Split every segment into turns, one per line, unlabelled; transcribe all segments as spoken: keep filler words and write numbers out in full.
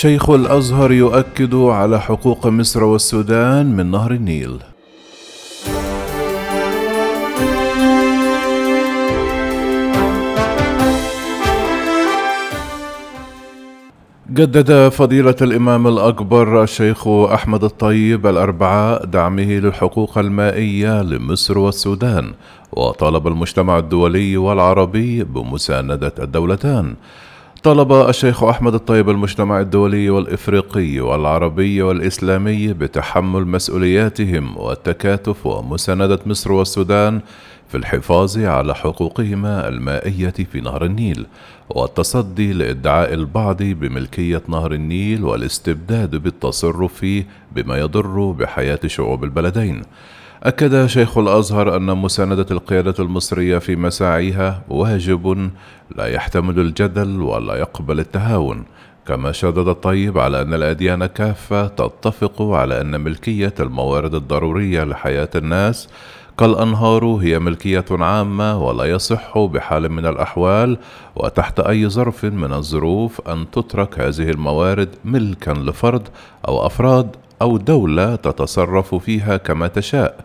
شيخ الأزهر يؤكد على حقوق مصر والسودان من نهر النيل. جدد فضيلة الإمام الأكبر الشيخ أحمد الطيب الأربعاء دعمه للحقوق المائية لمصر والسودان، وطالب المجتمع الدولي والعربي بمساندة الدولتان. طلب الشيخ أحمد الطيب المجتمع الدولي والإفريقي والعربي والإسلامي بتحمل مسؤولياتهم والتكاتف ومساندة مصر والسودان في الحفاظ على حقوقهما المائية في نهر النيل، والتصدي لادعاء البعض بملكية نهر النيل والاستبداد بالتصرف فيه بما يضر بحياة شعوب البلدين. أكد شيخ الأزهر أن مساندة القيادة المصرية في مساعيها واجب لا يحتمل الجدل ولا يقبل التهاون. كما شدد الطيب على أن الأديان كافة تتفق على أن ملكية الموارد الضرورية لحياة الناس كالأنهار هي ملكية عامة، ولا يصح بحال من الأحوال وتحت أي ظرف من الظروف أن تترك هذه الموارد ملكا لفرد أو أفراد أو دولة تتصرف فيها كما تشاء.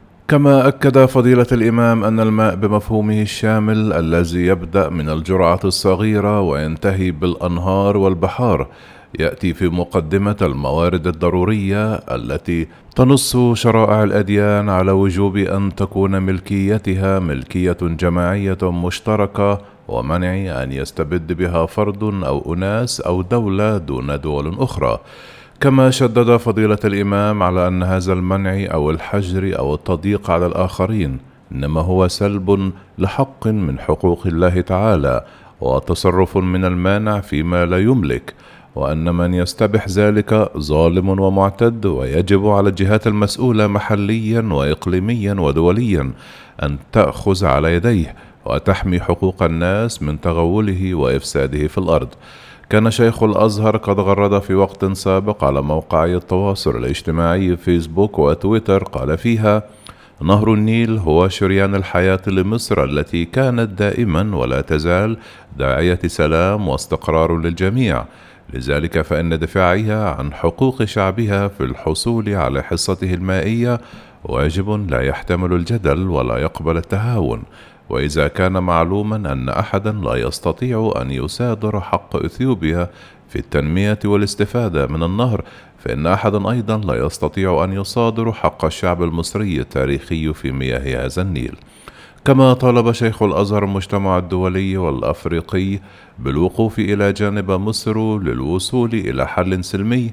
كما أكد فضيلة الإمام أن الماء بمفهومه الشامل الذي يبدأ من الجرعة الصغيرة وينتهي بالأنهار والبحار يأتي في مقدمة الموارد الضرورية التي تنص شرائع الأديان على وجوب أن تكون ملكيتها ملكية جماعية مشتركة، ومنع أن يستبد بها فرد أو أناس أو دولة دون دول أخرى. كما شدد فضيلة الإمام على أن هذا المنع أو الحجر أو التضييق على الآخرين إنما هو سلب لحق من حقوق الله تعالى، وتصرف من المانع فيما لا يملك، وأن من يستبح ذلك ظالم ومعتد، ويجب على الجهات المسؤولة محليا وإقليميا ودوليا أن تأخذ على يديه وتحمي حقوق الناس من تغوله وإفساده في الأرض. كان شيخ الأزهر قد غرد في وقت سابق على موقعي التواصل الاجتماعي فيسبوك وتويتر قال فيها: نهر النيل هو شريان الحياة لمصر التي كانت دائما ولا تزال داعية سلام واستقرار للجميع، لذلك فإن دفاعها عن حقوق شعبها في الحصول على حصته المائية واجب لا يحتمل الجدل ولا يقبل التهاون. وإذا كان معلوما أن أحدا لا يستطيع أن يصادر حق إثيوبيا في التنمية والاستفادة من النهر، فإن أحدا أيضا لا يستطيع أن يصادر حق الشعب المصري التاريخي في مياه هذا النيل. كما طالب شيخ الأزهر المجتمع الدولي والأفريقي بالوقوف إلى جانب مصر للوصول إلى حل سلمي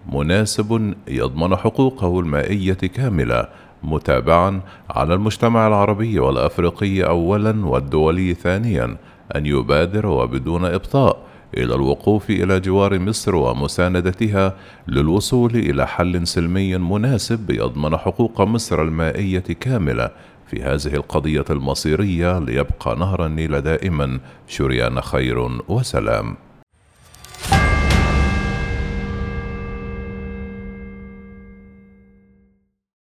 مناسب يضمن حقوقه المائية كاملة، متابعا على المجتمع العربي والأفريقي أولا والدولي ثانيا أن يبادر وبدون إبطاء إلى الوقوف إلى جوار مصر ومساندتها للوصول إلى حل سلمي مناسب يضمن حقوق مصر المائية كاملة في هذه القضية المصيرية، ليبقى نهر النيل دائما شريان خير وسلام.